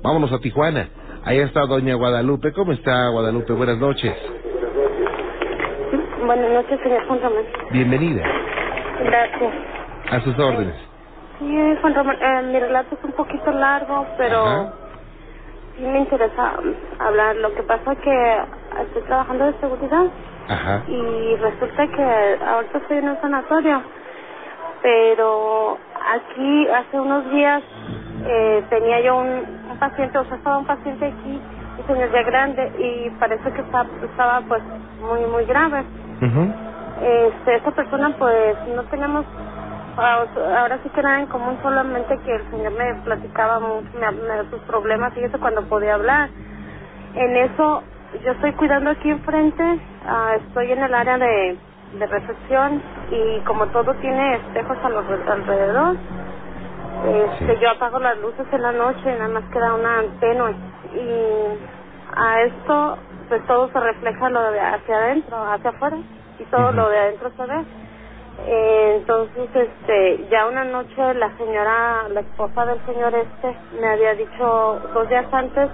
Vámonos a Tijuana. Ahí está doña Guadalupe. ¿Cómo está, Guadalupe? Buenas noches. Buenas noches, señor Juan Román. Bienvenida. Gracias. A sus órdenes. Sí, Juan Román, mi relato es un poquito largo, pero Ajá. sí me interesa hablar. Lo que pasa es que estoy trabajando de seguridad. Ajá. Y resulta que ahorita estoy en un sanatorio, pero aquí hace unos días tenía yo un paciente, o sea, estaba un paciente aquí, un señor ya grande, y parece que estaba pues muy grave. Esta persona pues no tenemos ahora sí que nada en común, solamente que el señor me platicaba mucho de sus problemas y eso cuando podía hablar. En eso yo estoy cuidando aquí enfrente, estoy en el área de recepción y como todo tiene espejos alrededor, Sí. yo apago las luces en la noche y nada más queda una tenue y a esto pues todo se refleja lo de hacia adentro, hacia afuera y todo lo de adentro se ve. Entonces ya una noche la esposa del señor me había dicho 2 días antes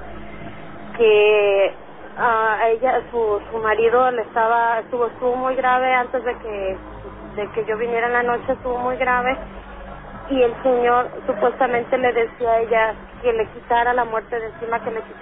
que a ella su marido estuvo muy grave antes de que yo viniera en la noche, estuvo muy grave y el señor supuestamente le decía a ella que le quitara la muerte de encima,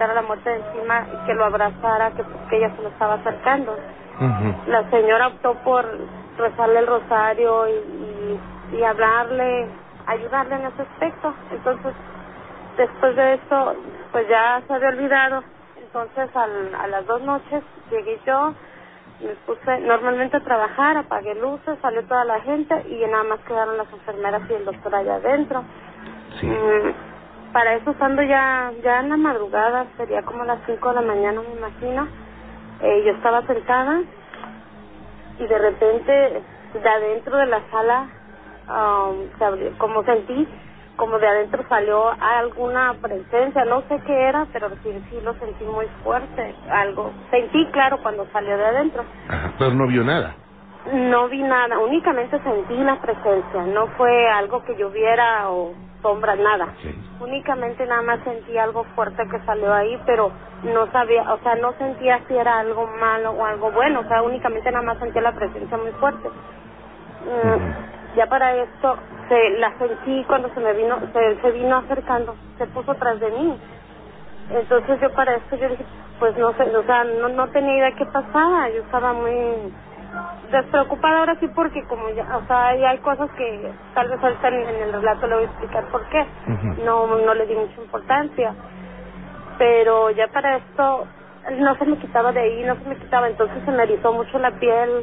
y que lo abrazara, que ella se lo estaba acercando. La señora optó por rezarle el rosario y hablarle, ayudarle en ese aspecto. Entonces, después de esto, pues ya se había olvidado. Entonces, a las 2 noches llegué yo, me puse normalmente a trabajar, apagué luces, salió toda la gente y nada más quedaron las enfermeras y el doctor allá adentro. Sí. Para eso, estando ya en la madrugada, sería como las 5 de la mañana, me imagino, yo estaba sentada y de repente de adentro de la sala se abrió, como sentí como de adentro salió alguna presencia, no sé qué era, pero sí lo sentí muy fuerte, algo sentí claro cuando salió de adentro. Ajá. Pero no vio nada. No vi nada, únicamente sentí la presencia, no fue algo que yo viera o sombra, nada. Sí. Únicamente nada más sentí algo fuerte que salió ahí, pero no sabía, o sea, no sentía si era algo malo o algo bueno, o sea, únicamente nada más sentía la presencia muy fuerte. Ya para esto, la sentí cuando se vino acercando, se puso atrás de mí. Entonces yo para esto yo dije, pues no sé, o sea, no tenía idea qué pasaba, yo estaba muy despreocupada ahora sí porque como ya, o sea, hay cosas que tal vez ahorita en el relato le voy a explicar por qué, no le di mucha importancia, pero ya para esto no se me quitaba de ahí, entonces se me erizó mucho la piel,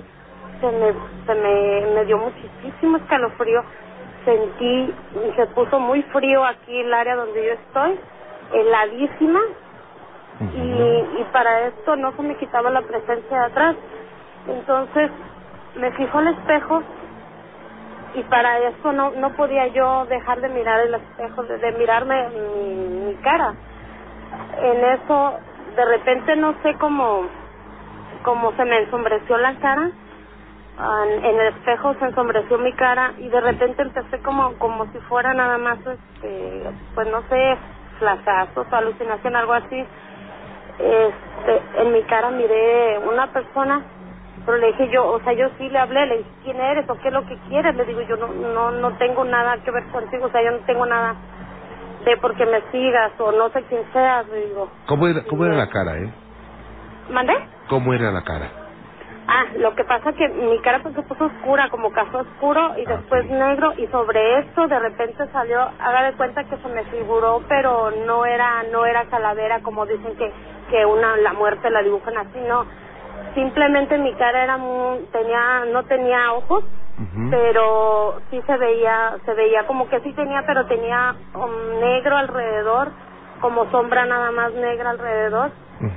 me dio muchísimo escalofrío, se puso muy frío aquí el área donde yo estoy, heladísima, y para esto no se me quitaba la presencia de atrás. Entonces me fijo al espejo y para eso no podía yo dejar de mirar el espejo, de mirarme mi cara. En eso de repente no sé cómo se me ensombreció la cara, en el espejo se ensombreció mi cara y de repente empecé como si fuera nada más pues no sé, flashazos, alucinación, algo así. En mi cara miré una persona, pero le dije yo, o sea, yo sí le hablé, le dije, ¿quién eres o qué es lo que quieres? Le digo, yo no tengo nada que ver contigo, o sea, yo no tengo nada de porque me sigas o no sé quién seas, le digo. ¿Cómo era la cara, ¿Mandé? ¿Cómo era la cara? Lo que pasa es que mi cara pues se puso oscura, como café oscuro y después negro, y sobre esto de repente salió, haga de cuenta que se me figuró, pero no era calavera como dicen que la muerte la dibujan así, no. Simplemente mi cara era no tenía ojos, pero sí se veía como que sí tenía, pero tenía negro alrededor, como sombra nada más negra alrededor.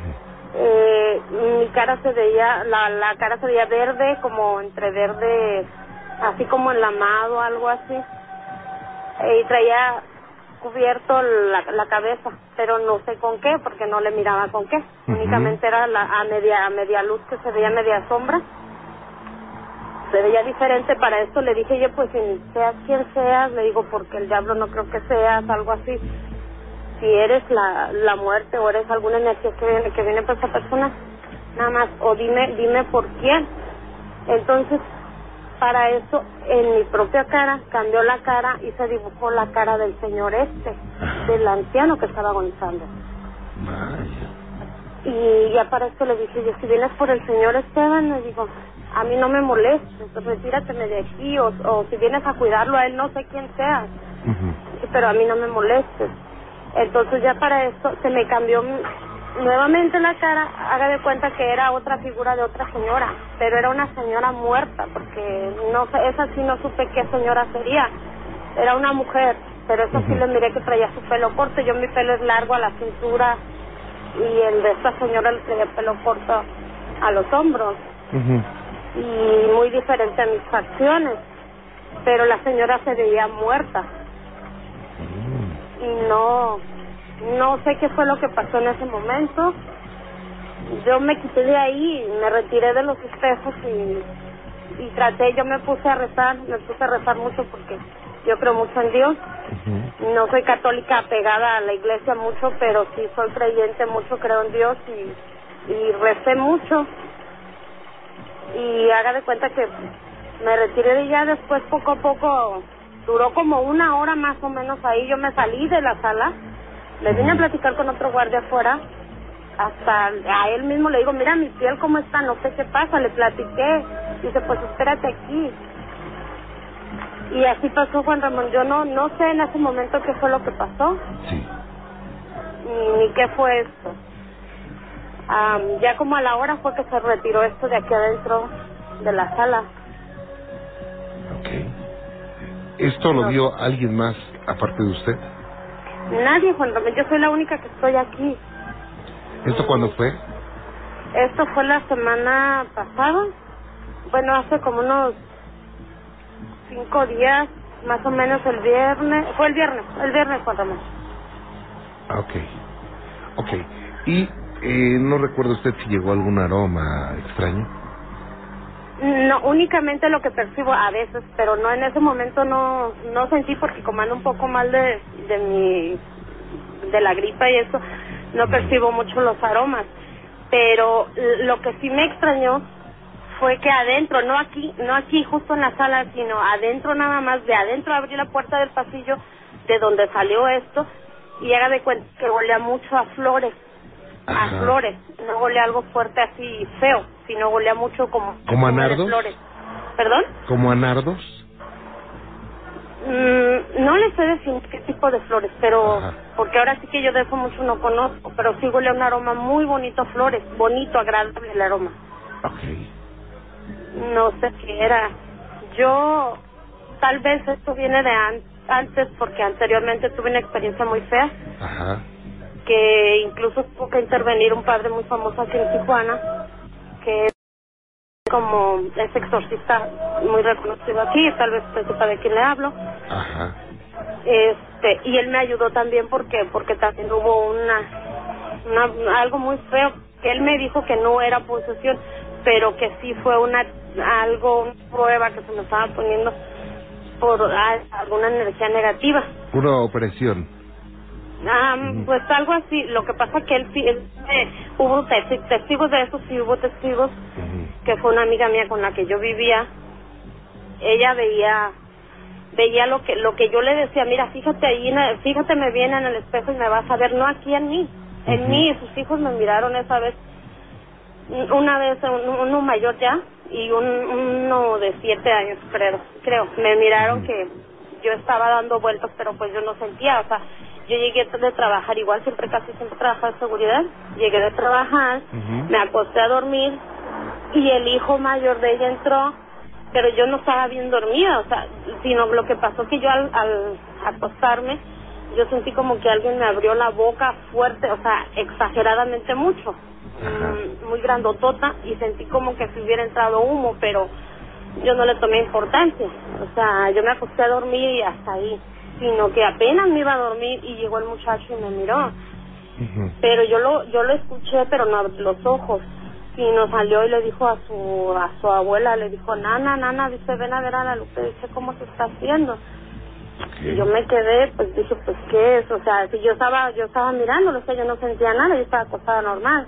Mi cara se veía, la cara se veía verde, como entre verde, así como enlamado, algo así, y traía cubierto la cabeza, pero no sé con qué, porque no le miraba con qué, únicamente era a media luz que se veía, media sombra, se veía diferente. Para esto le dije yo, pues seas quien seas, le digo, porque el diablo no creo que seas, algo así. si eres la muerte o eres alguna energía que viene por esa persona, nada más, o dime por quién. Entonces, para eso, en mi propia cara, cambió la cara y se dibujó la cara del señor del anciano que estaba agonizando. Y ya para esto le dije yo, si vienes por el señor Esteban, le digo, a mí no me molestes, retírateme de aquí, o si vienes a cuidarlo a él, no sé quién seas, pero a mí no me molestes. Entonces ya para esto se me cambió nuevamente la cara, haga de cuenta que era otra figura de otra señora, pero era una señora muerta, porque no sé, esa sí no supe qué señora sería, era una mujer, pero esa sí le miré que traía su pelo corto, yo mi pelo es largo a la cintura, y el de esta señora le traía pelo corto a los hombros, y muy diferente a mis facciones, pero la señora se veía muerta, y no sé qué fue lo que pasó en ese momento. Yo me quité de ahí, me retiré de los espejos y traté, yo me puse a rezar mucho porque yo creo mucho en Dios. No soy católica apegada a la iglesia mucho, pero sí soy creyente mucho, creo en Dios y recé mucho. Y haga de cuenta que me retiré y ya después poco a poco, duró como 1 hora más o menos ahí, yo me salí de la sala, me vine a platicar con otro guardia afuera, hasta a él mismo le digo, mira mi piel cómo está, no sé qué pasa, le platiqué, dice pues espérate aquí. Y así pasó Juan Ramón, yo no sé en ese momento qué fue lo que pasó, sí, ni qué fue esto. Ya como a la hora fue que se retiró esto de aquí adentro de la sala. Okay. ¿Esto lo vio alguien más aparte de usted? Nadie, Juan Ramón, yo soy la única que estoy aquí. ¿Esto cuándo fue? Esto fue la semana pasada, bueno, hace como unos 5 días, más o menos el viernes, Juan Ramón. Ok. Y no recuerda usted si llegó algún aroma extraño. No, únicamente lo que percibo a veces, pero no en ese momento no sentí, porque como ando un poco mal de la gripa y eso, no percibo mucho los aromas. Pero lo que sí me extrañó fue que adentro, no aquí justo en la sala, sino adentro nada más, de adentro abrí la puerta del pasillo de donde salió esto y haga de cuenta que olía mucho a flores. A flores, no olía algo fuerte así feo, sino olía mucho como a nardos. Flores. ¿Perdón? ¿Como a nardos? No le sé decir qué tipo de flores, pero porque ahora sí que yo de eso mucho no conozco, pero sí huele a un aroma muy bonito a flores, bonito, agradable el aroma. No sé qué era. Yo, tal vez esto viene de antes, porque anteriormente tuve una experiencia muy fea. Que incluso tuvo que intervenir un padre muy famoso aquí en Tijuana, que es exorcista muy reconocido aquí, tal vez usted sepa de quién le hablo. Y él me ayudó también porque también hubo algo muy feo, que él me dijo que no era posesión, pero que sí fue una prueba que se me estaba poniendo por alguna energía negativa. Una opresión. Pues algo así. Lo que pasa que hubo testigos de eso, sí hubo testigos, que fue una amiga mía con la que yo vivía. Ella veía lo que yo le decía, mira, fíjateme bien en el espejo y me vas a ver, no aquí en mí. En mí, sus hijos me miraron esa vez, una vez uno mayor ya y uno de 7 años, creo. Me miraron que yo estaba dando vueltas, pero pues yo no sentía, o sea, yo llegué de trabajar, casi siempre trabajaba de seguridad, llegué de trabajar, me acosté a dormir y el hijo mayor de ella entró, pero yo no estaba bien dormida, o sea, sino lo que pasó que yo al acostarme, yo sentí como que alguien me abrió la boca fuerte, o sea, exageradamente mucho, muy grandotota, y sentí como que si hubiera entrado humo, pero yo no le tomé importancia, o sea, yo me acosté a dormir y hasta ahí, sino que apenas me iba a dormir y llegó el muchacho y me miró, pero yo lo escuché, pero no abrí los ojos, sino salió y le dijo a su abuela, le dijo, nana, dice, ven a ver a la Lupe, dice, ¿cómo se está haciendo? Okay. Y yo me quedé, pues dije, pues qué es, o sea, si yo estaba mirándolo, o sea, yo no sentía nada, yo estaba acostada normal.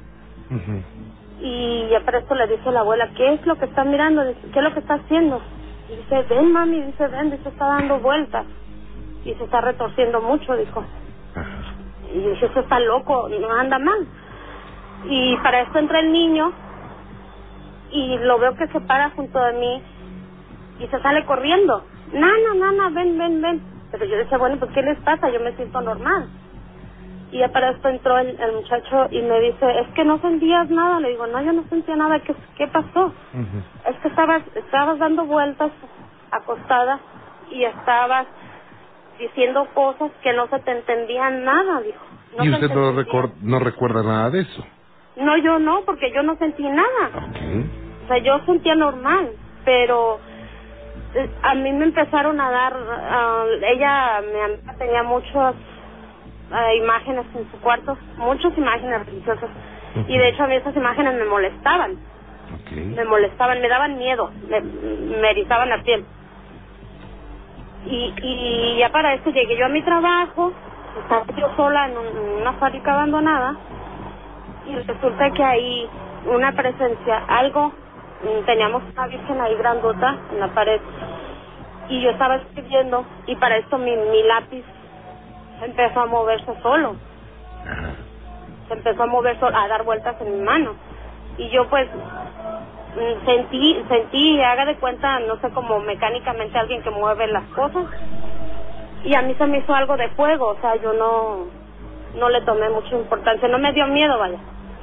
Y ya para esto le dije a la abuela, ¿qué es lo que está mirando? Dice, ¿qué es lo que está haciendo? Y dice, ven mami, dice, ven, dice, está dando vueltas y se está retorciendo mucho, dijo. Y yo dije, eso está loco, no anda mal. Y para esto entra el niño y lo veo que se para junto a mí y se sale corriendo. Nana, ven. Pero yo decía, bueno, pues ¿qué les pasa? Yo me siento normal. Y ya para esto entró el muchacho y me dice, es que no sentías nada. Le digo, no, yo no sentía nada. ¿Qué pasó? Es que estabas dando vueltas acostada y estabas diciendo cosas que no se te entendían nada, dijo. No. ¿Y usted no recuerda nada de eso? No, yo no, porque yo no sentí nada. Okay. O sea, yo sentía normal, pero a mí me empezaron a dar, ella tenía muchas imágenes en su cuarto, muchas imágenes religiosas, y de hecho a mí esas imágenes me molestaban. Okay. Me molestaban, me daban miedo, me erizaban la piel. Y ya para esto llegué yo a mi trabajo, estaba yo sola en una fábrica abandonada, y resulta que ahí una presencia, teníamos una virgen ahí grandota en la pared, y yo estaba escribiendo, y para esto mi lápiz empezó a moverse solo. Se empezó a mover solo, a dar vueltas en mi mano. Y yo pues sentí, haga de cuenta, no sé, como mecánicamente alguien que mueve las cosas. Y a mí se me hizo algo de fuego, o sea, yo no le tomé mucha importancia, no me dio miedo, vaya.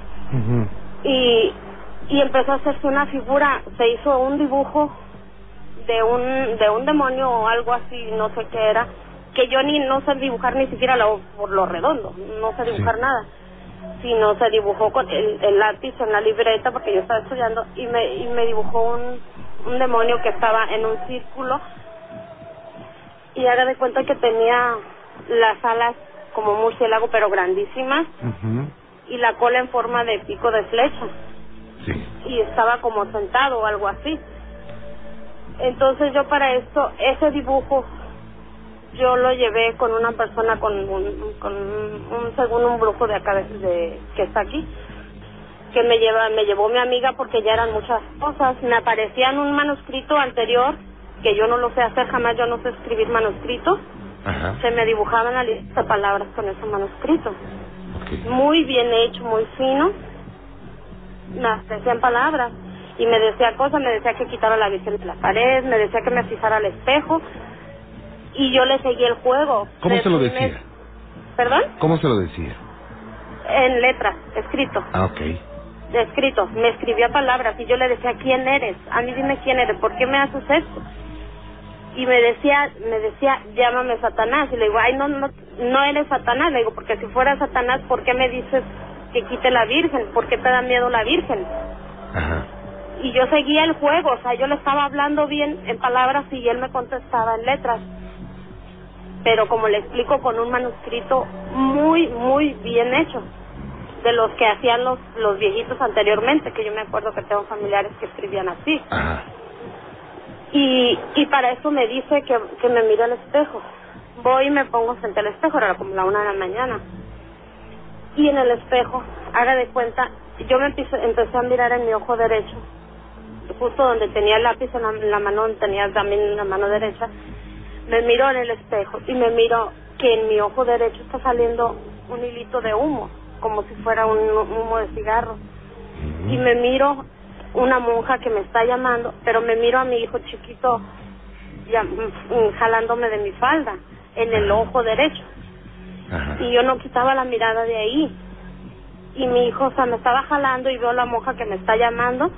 Y empezó a hacerse una figura, se hizo un dibujo de un demonio o algo así, no sé qué era, que yo no sé dibujar ni siquiera por lo redondo, no sé dibujar nada, sino se dibujó con el lápiz en la libreta, porque yo estaba estudiando, y me dibujó un demonio que estaba en un círculo, y haga de cuenta que tenía las alas como murciélago, pero grandísimas, y la cola en forma de pico de flecha, y estaba como sentado o algo así. Entonces yo para esto, ese dibujo yo lo llevé con una persona, según un brujo de acá que está aquí, que me llevó mi amiga, porque ya eran muchas cosas. Me aparecía en un manuscrito anterior, que yo no lo sé hacer, jamás yo no sé escribir manuscrito. Se me dibujaban la lista de palabras con ese manuscrito. Muy bien hecho, muy fino. Me decían palabras y me decía cosas, me decía que quitara la virgen de la pared, me decía que me fijara al espejo. Y yo le seguí el juego. ¿Cómo se lo decía? ¿Perdón? ¿Cómo se lo decía? En letras, escrito. Escrito. Me escribía palabras y yo le decía, ¿quién eres? A mí dime quién eres, ¿por qué me haces esto? Y me decía, llámame Satanás. Y le digo, ay, no eres Satanás. Le digo, porque si fuera Satanás, ¿por qué me dices que quite la virgen? ¿Por qué te da miedo la virgen? Y yo seguía el juego, o sea, yo le estaba hablando bien en palabras y él me contestaba en letras. Pero como le explico, con un manuscrito muy, muy bien hecho, de los que hacían los viejitos anteriormente, que yo me acuerdo que tengo familiares que escribían así. Y para eso me dice que me mire al espejo. Voy y me pongo frente al espejo, era como la 1 de la mañana. Y en el espejo, haga de cuenta, yo empecé a mirar en mi ojo derecho, justo donde tenía el lápiz en la mano, donde tenía también en la mano derecha. Me miro en el espejo y me miro que en mi ojo derecho está saliendo un hilito de humo, como si fuera un humo de cigarro. Y me miro una monja que me está llamando, pero me miro a mi hijo chiquito jalándome de mi falda en el ojo derecho. Y yo no quitaba la mirada de ahí. Y mi hijo, o sea, me estaba jalando y veo la monja que me está llamando.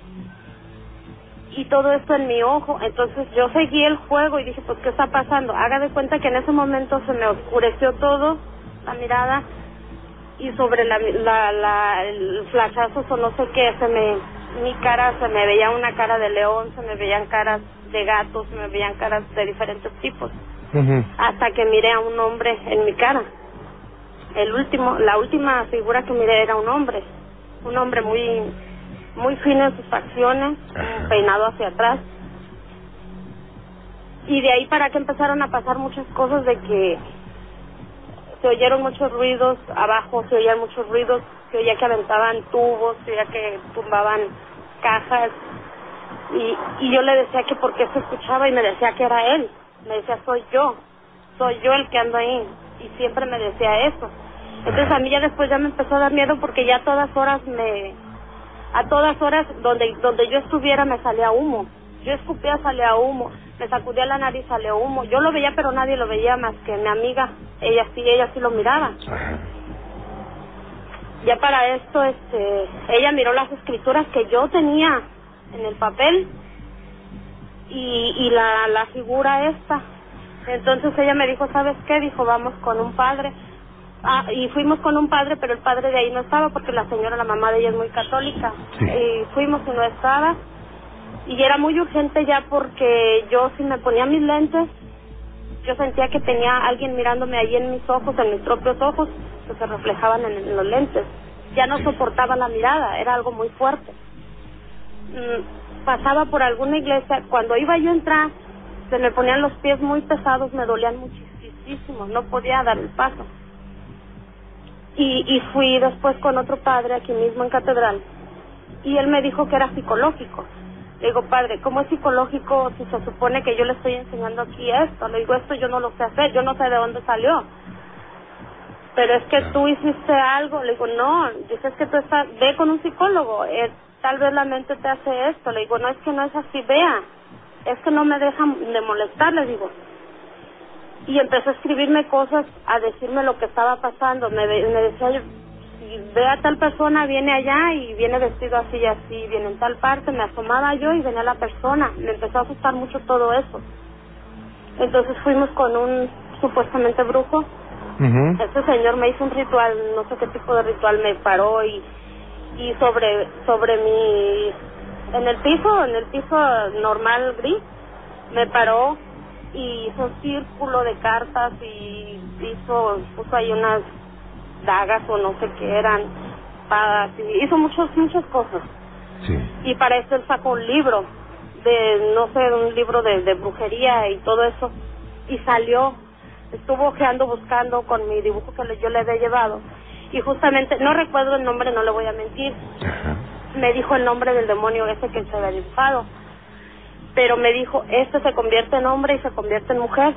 Y todo esto en mi ojo. Entonces yo seguí el juego y dije, pues, ¿qué está pasando? Haga de cuenta que en ese momento se me oscureció todo, la mirada, y sobre el flashazo o no sé qué, mi cara se me veía una cara de león, se me veían caras de gatos, se me veían caras de diferentes tipos. Hasta que miré a un hombre en mi cara. La última figura que miré era un hombre muy, muy fino en sus facciones, peinado hacia atrás. Y de ahí para que empezaron a pasar muchas cosas de que se oyeron muchos ruidos abajo, se oían muchos ruidos, se oía que aventaban tubos, se oía que tumbaban cajas. Y yo le decía que por qué se escuchaba y me decía que era él. Me decía, soy yo el que ando ahí. Y siempre me decía eso. Entonces a mí ya después ya me empezó a dar miedo porque ya a todas horas donde yo estuviera me salía humo. Yo escupía, salía humo. Me sacudía la nariz, salía humo. Yo lo veía, pero nadie lo veía más que mi amiga. Ella sí lo miraba. Ya para esto, ella miró las escrituras que yo tenía en el papel y la figura esta. Entonces ella me dijo, ¿sabes qué? Dijo, vamos con un padre. Y fuimos con un padre, pero el padre de ahí no estaba porque la señora, la mamá de ella es muy católica. Sí. Y fuimos y no estaba. Y era muy urgente ya porque yo, si me ponía mis lentes, yo sentía que tenía alguien mirándome ahí en mis ojos, en mis propios ojos, que se reflejaban en los lentes. Ya no soportaba la mirada, era algo muy fuerte. Pasaba por alguna iglesia, cuando iba yo a entrar, se me ponían los pies muy pesados, me dolían muchísimo, no podía dar el paso. Y fui después con otro padre aquí mismo en Catedral, y él me dijo que era psicológico. Le digo, padre, ¿cómo es psicológico si se supone que yo le estoy enseñando aquí esto? Le digo, esto yo no lo sé hacer, yo no sé de dónde salió. Pero es que tú hiciste algo. Le digo, no, dices que tú ve con un psicólogo, tal vez la mente te hace esto. Le digo, no, es que no es así, vea, es que no me dejan de molestar, le digo. Y empezó a escribirme cosas, a decirme lo que estaba pasando. Me decía, si ve a tal persona, viene allá y viene vestido así y así, viene en tal parte. Me asomaba yo y venía la persona. Me empezó a asustar mucho todo eso. Entonces fuimos con un supuestamente brujo. Este señor me hizo un ritual, no sé qué tipo de ritual, me paró y sobre mi, en el piso normal gris, me paró y hizo un círculo de cartas y puso ahí unas dagas o no sé qué eran, espadas, y hizo muchas cosas. Sí. Y para eso él sacó un libro un libro de brujería y todo eso, y estuvo ojeando, buscando con mi dibujo que yo le había llevado, y justamente, no recuerdo el nombre, no le voy a mentir. Ajá. Me dijo el nombre del demonio ese que se había dibujado, pero me dijo, se convierte en hombre y se convierte en mujer.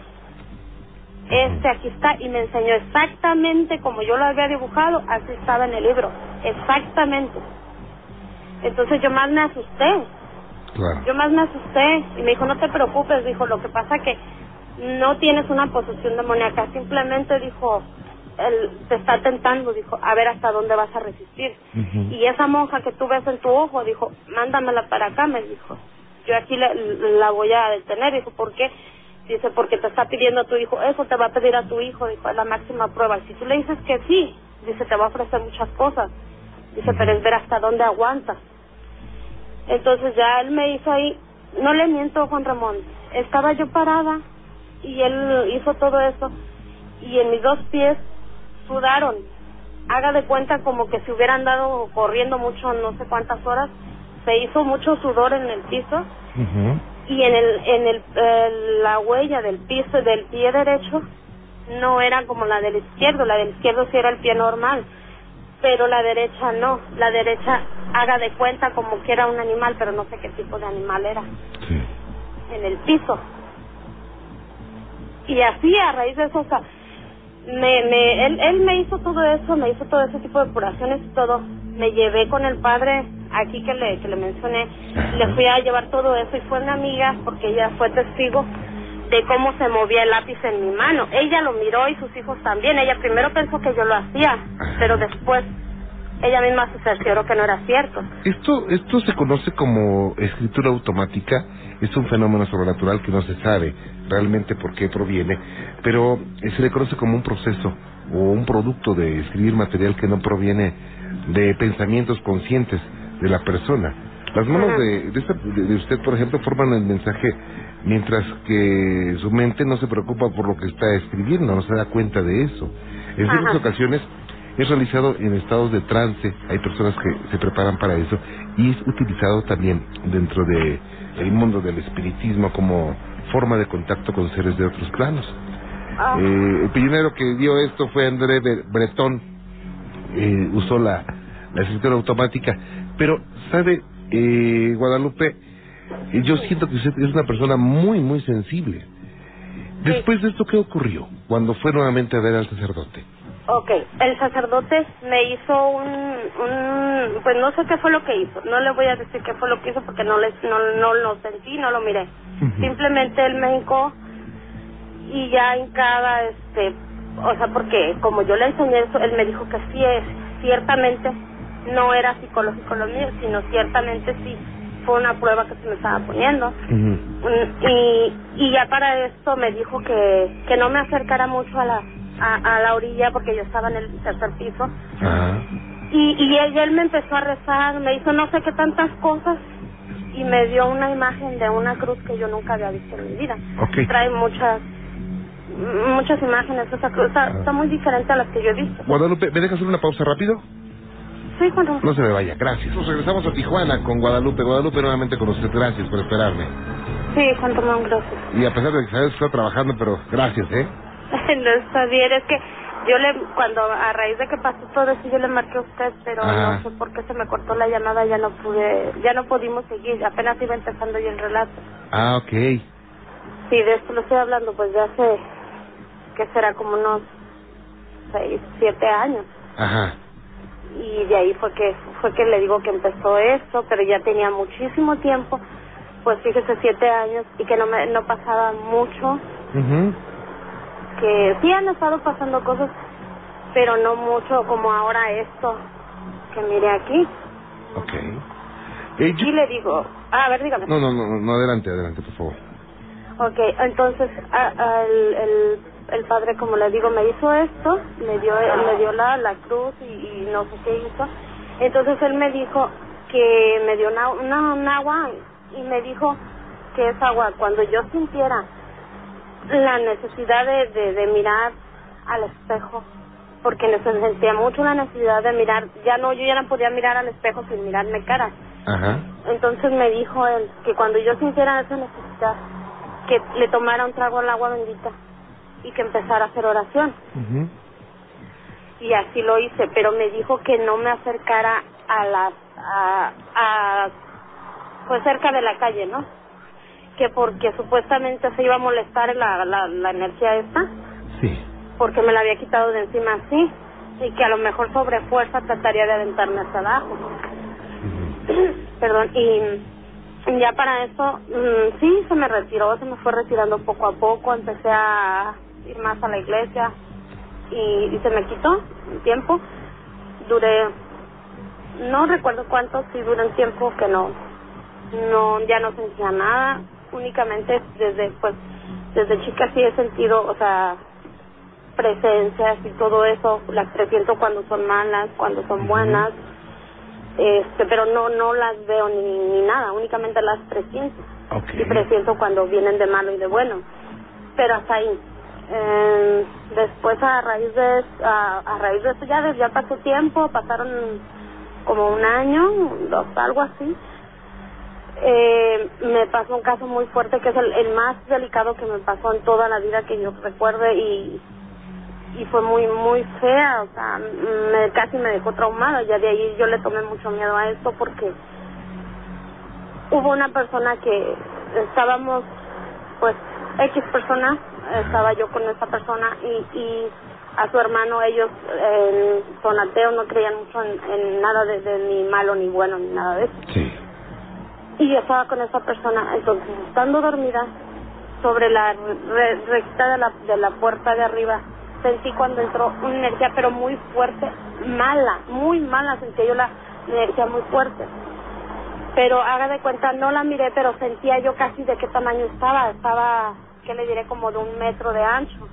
Aquí está, y me enseñó exactamente como yo lo había dibujado, así estaba en el libro, exactamente. Entonces yo más me asusté. Claro. Yo más me asusté, y me dijo, no te preocupes, dijo, lo que pasa que no tienes una posesión demoníaca, simplemente, dijo, él te está tentando, dijo, a ver hasta dónde vas a resistir. Y esa monja que tú ves en tu ojo, dijo, mándamela para acá, me dijo, yo aquí la voy a detener. Dijo, ¿por qué? Dice, porque te está pidiendo a tu hijo, eso te va a pedir a tu hijo, dijo, es la máxima prueba. Si tú le dices que sí, dice, te va a ofrecer muchas cosas. Dice, pero es ver hasta dónde aguantas. Entonces ya él me hizo ahí, no le miento, Juan Ramón, estaba yo parada y él hizo todo eso y en mis dos pies sudaron. Haga de cuenta como que si hubiera andado corriendo mucho, no sé cuántas horas, se hizo mucho sudor en el piso. Y la huella del piso del pie derecho no era como la del izquierdo sí era el pie normal, pero la derecha no, la derecha haga de cuenta como que era un animal, pero no sé qué tipo de animal era. Sí. En el piso. Y así, a raíz de eso, o sea, él me hizo todo eso, me hizo todo ese tipo de curaciones y todo. Me llevé con el padre aquí que le mencioné, le fui a llevar todo eso y fue una amiga porque ella fue testigo de cómo se movía el lápiz en mi mano. Ella lo miró y sus hijos también. Ella primero pensó que yo lo hacía, pero después ella misma se cercioró que no era cierto. Esto se conoce como escritura automática. Es un fenómeno sobrenatural que no se sabe realmente por qué proviene, pero se le conoce como un proceso o un producto de escribir material que no proviene de pensamientos conscientes de la persona. Las manos de usted, por ejemplo, forman el mensaje, mientras que su mente no se preocupa por lo que está escribiendo, no se da cuenta de eso. En ciertas ocasiones es realizado en estados de trance, hay personas que se preparan para eso, y es utilizado también dentro de el mundo del espiritismo como forma de contacto con seres de otros planos. Ah. El primero que dio esto fue André Breton. Usó la escritura automática. Pero, ¿sabe, Guadalupe? Yo siento que usted es una persona muy, muy sensible. Después de esto, ¿qué ocurrió cuando fue nuevamente a ver al sacerdote? Ok, el sacerdote me hizo pues no sé qué fue lo que hizo. No le voy a decir qué fue lo que hizo porque no lo sentí, no lo miré. Simplemente él me hincó y ya hincada, o sea, porque como yo le enseñé eso, él me dijo que sí, ciertamente no era psicológico lo mío, sino ciertamente sí fue una prueba que se me estaba poniendo. Y ya para esto me dijo que no me acercara mucho a la orilla porque yo estaba en el tercer piso. Y él me empezó a rezar, me hizo no sé qué tantas cosas y me dio una imagen de una cruz que yo nunca había visto en mi vida. Trae muchas imágenes, esa cruz está muy diferente a las que yo he visto. Guadalupe, ¿me dejas hacer una pausa rápido? Sí, Juan Ramón. No se me vaya, gracias. Nos regresamos a Tijuana con Guadalupe. Guadalupe, nuevamente con usted, gracias por esperarme. Sí, Juan Ramón, gracias. Y a pesar de que sabes que está trabajando, pero gracias, No está bien, es que cuando a raíz de que pasó todo eso, yo le marqué a usted, pero no sé por qué se me cortó la llamada, ya no pudimos seguir, apenas iba empezando yo el relato. Ok. Sí, de esto lo estoy hablando, pues ya hace, que será como unos 6, 7 años. Ajá. Y de ahí fue que le digo que empezó esto, pero ya tenía muchísimo tiempo, pues fíjese, 7 años, y que no pasaba mucho. Que sí han estado pasando cosas, pero no mucho como ahora esto que mire aquí. Ok. Y le digo, a ver, dígame. No, adelante, por favor. Ok, entonces el padre, como le digo, me hizo esto, me dio la cruz y no sé qué hizo. Entonces él me dijo que me dio un agua y me dijo que esa agua, cuando yo sintiera la necesidad de mirar al espejo, porque sentía mucho la necesidad de mirar, yo ya no podía mirar al espejo sin mirarme cara. Ajá. Entonces me dijo él que cuando yo sintiera esa necesidad, que le tomara un trago al agua bendita y que empezara a hacer oración. Y así lo hice, pero me dijo que no me acercara pues cerca de la calle, ¿no? Que porque supuestamente se iba a molestar la energía esta. Sí. Porque me la había quitado de encima así. Y que a lo mejor sobre fuerza trataría de aventarme hacia abajo. Perdón, y ya para eso, sí, se me fue retirando poco a poco. Empecé a ir más a la iglesia y se me quitó el tiempo. No recuerdo cuánto, sí duré un tiempo que ya no sentía nada. Únicamente desde chica sí he sentido, o sea, presencias y todo eso, las presiento cuando son malas, cuando son buenas, pero no las veo ni nada, únicamente las presiento. Y presiento cuando vienen de malo y de bueno, pero hasta ahí. Después a raíz de eso ya pasó tiempo, pasaron como 1 año, 2, algo así. Me pasó un caso muy fuerte que es el más delicado que me pasó en toda la vida que yo recuerde y fue muy muy fea, o sea, casi me dejó traumada. Ya de ahí yo le tomé mucho miedo a esto porque hubo una persona que estábamos, pues X personas, estaba yo con esa persona y a su hermano, ellos son ateos, no creían mucho en nada de ni malo ni bueno ni nada de eso. Sí. Y yo estaba con esa persona, entonces estando dormida sobre la rejita de la puerta de arriba, sentí cuando entró una energía pero muy fuerte, muy mala, sentía yo la energía muy fuerte. Pero haga de cuenta, no la miré, pero sentía yo casi de qué tamaño estaba, ¿qué le diré? Como de 1 metro de ancho.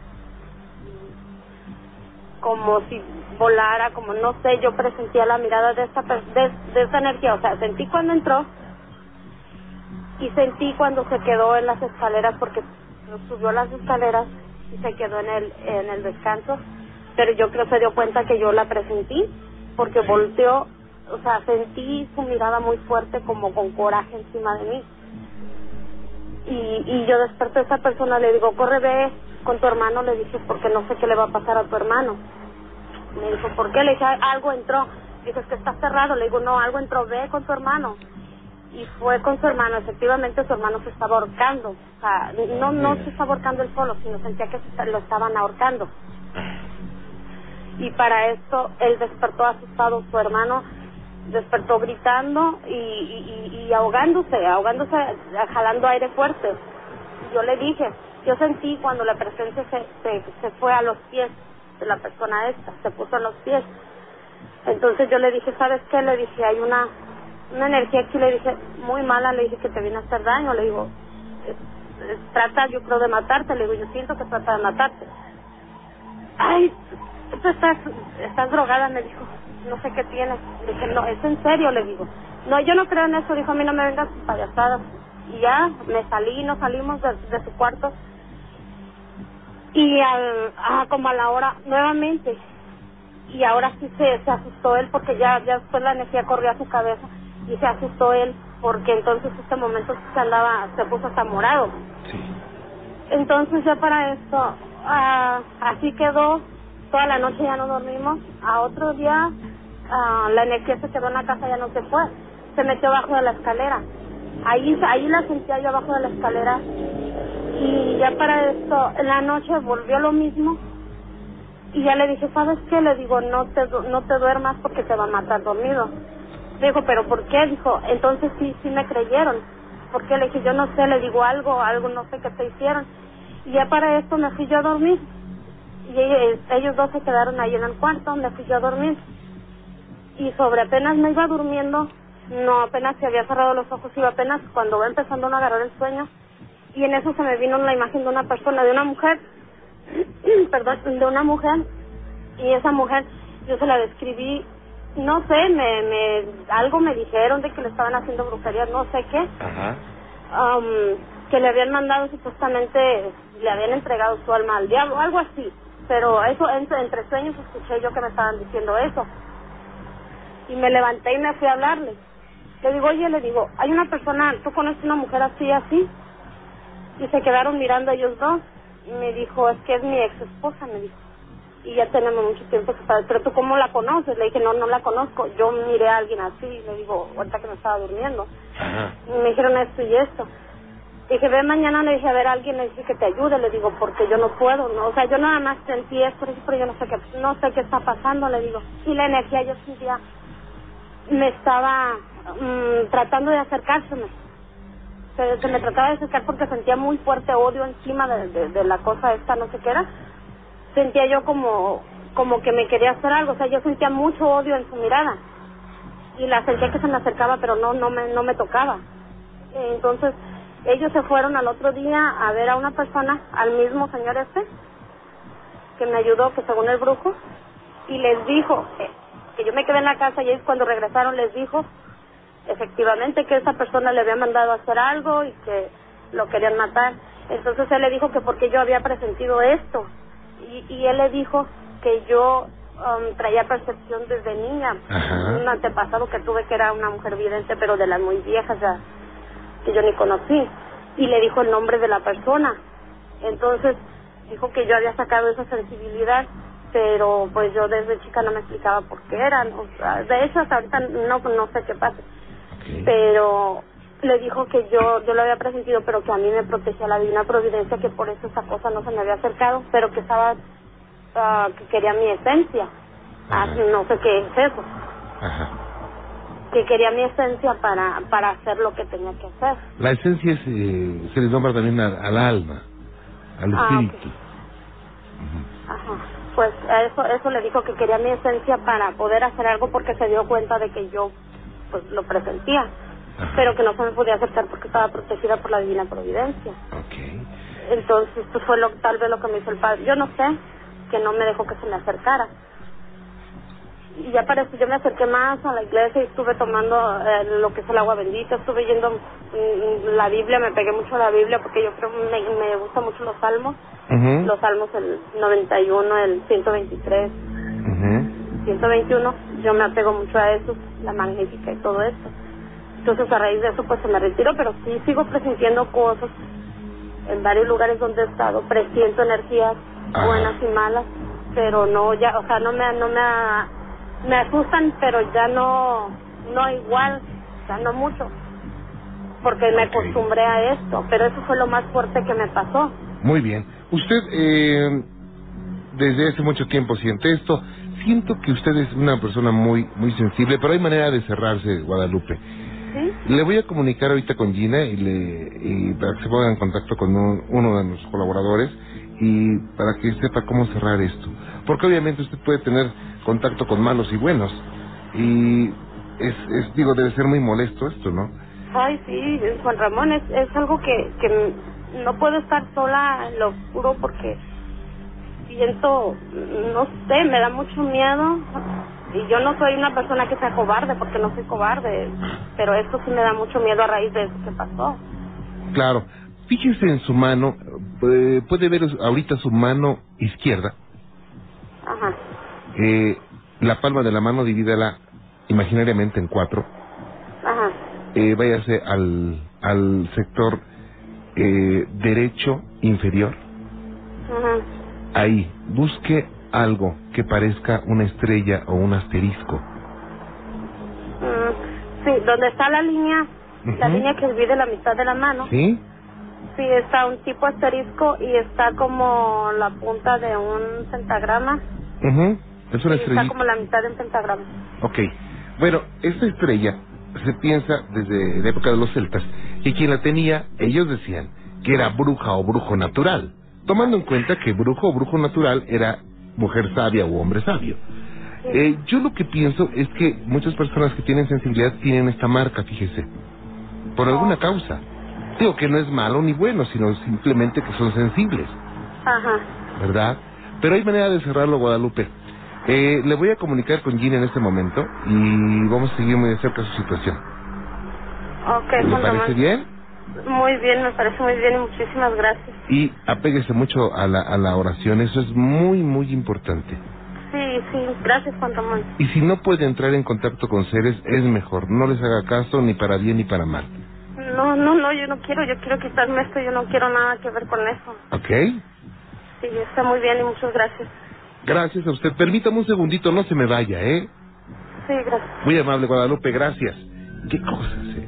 Como si volara, como no sé, yo presentía la mirada de esa energía, o sea, sentí cuando entró y sentí cuando se quedó en las escaleras, porque subió las escaleras y se quedó en el descanso, pero yo creo que se dio cuenta que yo la presentí, porque volteó, o sea, sentí su mirada muy fuerte como con coraje encima de mí. y yo desperté a esa persona, le digo, corre, ve con tu hermano, le dije, porque no sé qué le va a pasar a tu hermano. Me dijo, ¿por qué? Le dije, algo entró. Dijo, es que está cerrado. Le digo, no, algo entró, ve con tu hermano. Y fue con su hermano. Efectivamente, su hermano se estaba ahorcando. O sea, no se estaba ahorcando él solo, sino sentía que lo estaban ahorcando. Y para esto, él despertó asustado. Su hermano despertó gritando y ahogándose, jalando aire fuerte. Yo le dije, yo sentí cuando la presencia se fue a los pies de la persona esta, se puso a los pies. Entonces yo le dije, ¿sabes qué? Le dije, hay una energía aquí, le dije, muy mala, le dije que te viene a hacer daño, le digo, trata, yo creo, de matarte, le digo, yo siento que trata de matarte. Ay, tú estás drogada, me dijo, no sé qué tienes. Le dije, no, es en serio, le digo. No, yo no creo en eso, dijo, a mí no me vengas payasadas. Y ya, me salí, nos salimos de su cuarto. Y como a la hora, nuevamente, y ahora sí se asustó él, porque ya después la energía corrió a su cabeza, y se asustó él, porque entonces este momento se puso hasta morado. Sí. Entonces ya para esto, así quedó, toda la noche ya no dormimos, a otro día, la energía se quedó en la casa, ya no se fue, se metió abajo de la escalera, ahí la sentía yo abajo de la escalera. Y ya para esto, en la noche volvió lo mismo. Y ya le dije, ¿sabes qué? Le digo, no te duermas porque te va a matar dormido. Dijo, ¿pero por qué? Dijo, entonces sí me creyeron. ¿Por qué? Le dije, yo no sé, le digo algo no sé qué te hicieron. Y ya para esto me fui yo a dormir. Y ellos dos se quedaron ahí en el cuarto, me fui yo a dormir. Y sobre apenas me iba durmiendo, no apenas se había cerrado los ojos, iba apenas cuando va empezando a agarrar el sueño. Y en eso se me vino la imagen de una persona, de una mujer, perdón, de una mujer, y esa mujer, yo se la describí, no sé, algo me dijeron de que le estaban haciendo brujería, no sé qué. Ajá. Que le habían mandado supuestamente, le habían entregado su alma al diablo, algo así, pero eso, entre sueños escuché yo que me estaban diciendo eso, y me levanté y me fui a hablarle. Le digo, oye, le digo, hay una persona, ¿tú conoces una mujer así, así? Y se quedaron mirando ellos dos. Y me dijo, es que es mi ex esposa, me dijo. Y ya tenemos mucho tiempo que saber. Pero tú, ¿cómo la conoces? Le dije, no la conozco. Yo miré a alguien así. Le digo, ahorita que me estaba durmiendo. Ajá. Y me dijeron esto y esto. Dije, ve mañana, le dije, a ver a alguien, le dije que te ayude. Le digo, porque yo no puedo, ¿no? O sea, yo nada más sentí esto, pero yo no sé qué está pasando, le digo. Y la energía yo sentía, me estaba tratando de acercárseme. Se me trataba de acercar porque sentía muy fuerte odio encima de la cosa esta, no sé qué era. Sentía yo como que me quería hacer algo, o sea, yo sentía mucho odio en su mirada. Y la sentía que se me acercaba, pero no me tocaba. Entonces, ellos se fueron al otro día a ver a una persona, al mismo señor que me ayudó, que según el brujo, y les dijo que yo me quedé en la casa, y ellos cuando regresaron les dijo efectivamente que esa persona le había mandado a hacer algo y que lo querían matar. Entonces él le dijo que porque yo había presentido esto, y él le dijo que yo traía percepción desde niña. Ajá. Un antepasado que tuve que era una mujer vidente, pero de las muy viejas, ya, que yo ni conocí, y le dijo el nombre de la persona. Entonces dijo que yo había sacado esa sensibilidad, pero pues yo desde chica no me explicaba por qué eran. O sea, de hecho hasta ahorita no sé qué pasa. Okay. Pero le dijo que yo lo había presentido, pero que a mí me protegía la divina providencia, que por eso esa cosa no se me había acercado, pero que estaba que quería mi esencia. No sé qué es eso. Ajá. Que quería mi esencia para hacer lo que tenía que hacer. La esencia es, se le nombra también al alma, al espíritu. Okay. Ajá. Pues eso le dijo, que quería mi esencia para poder hacer algo, porque se dio cuenta de que yo pues lo presentía. Ajá. Pero que no se me podía acercar porque estaba protegida por la divina providencia. Okay. Entonces pues fue tal vez lo que me hizo el padre, yo no sé, que no me dejó que se me acercara. Y ya para eso yo me acerqué más a la iglesia y estuve tomando lo que es el agua bendita, estuve yendo la Biblia, me pegué mucho a la Biblia porque yo creo me gustan mucho los salmos. Uh-huh. Los salmos, el 91, el 123, 121, yo me apego mucho a eso, la magnífica y todo esto. Entonces a raíz de eso pues se me retiró, pero sí sigo presintiendo cosas en varios lugares donde he estado, presiento energías buenas y malas, pero no ya, o sea, me asustan, pero ya no igual, o sea, no mucho, porque me acostumbré a esto, pero eso fue lo más fuerte que me pasó. Muy bien. Usted desde hace mucho tiempo siente esto. Siento que usted es una persona muy sensible, pero hay manera de cerrarse, Guadalupe. ¿Sí? Le voy a comunicar ahorita con Gina y para que se ponga en contacto con uno de nuestros colaboradores y para que sepa cómo cerrar esto. Porque obviamente usted puede tener contacto con malos y buenos y digo, debe ser muy molesto esto, ¿no? Ay, sí, Juan Ramón, es algo que no puedo estar sola en lo oscuro porque siento, no sé, me da mucho miedo. Y yo no soy una persona que sea cobarde, porque no soy cobarde, pero esto sí me da mucho miedo a raíz de eso que pasó. Claro. Fíjese en su mano, puede ver ahorita su mano izquierda. Ajá. La palma de la mano divídala imaginariamente en 4. Ajá. Váyase al sector derecho inferior. Ajá. Ahí, busque algo que parezca una estrella o un asterisco. Sí, donde está la línea, la línea que divide la mitad de la mano. ¿Sí? Sí, está un tipo asterisco y está como la punta de un pentagrama. Es una estrella. Está como la mitad de un pentagrama. Ok. Bueno, esta estrella se piensa desde la época de los celtas que quien la tenía, ellos decían que era bruja o brujo natural, tomando en cuenta que brujo o brujo natural era mujer sabia o hombre sabio. Yo lo que pienso es que muchas personas que tienen sensibilidad tienen esta marca, fíjese, por alguna causa. Digo que no es malo ni bueno, sino simplemente que son sensibles. Ajá. ¿Verdad? Pero hay manera de cerrarlo, Guadalupe. Le voy a comunicar con Gina en este momento y vamos a seguir muy de cerca su situación. Ok, ¿Le parece bien? Muy bien, me parece muy bien y muchísimas gracias. Y apéguese mucho a la oración, eso es muy importante. Sí, gracias, Juan Ramón. Y si no puede entrar en contacto con seres, es mejor, no les haga caso ni para bien ni para mal. No, yo quiero quitarme esto, yo no quiero nada que ver con eso. ¿Ok? Sí, está muy bien y muchas gracias. Gracias a usted. Permítame un segundito, no se me vaya, ¿eh? Sí, gracias. Muy amable, Guadalupe, gracias. ¿Qué cosas,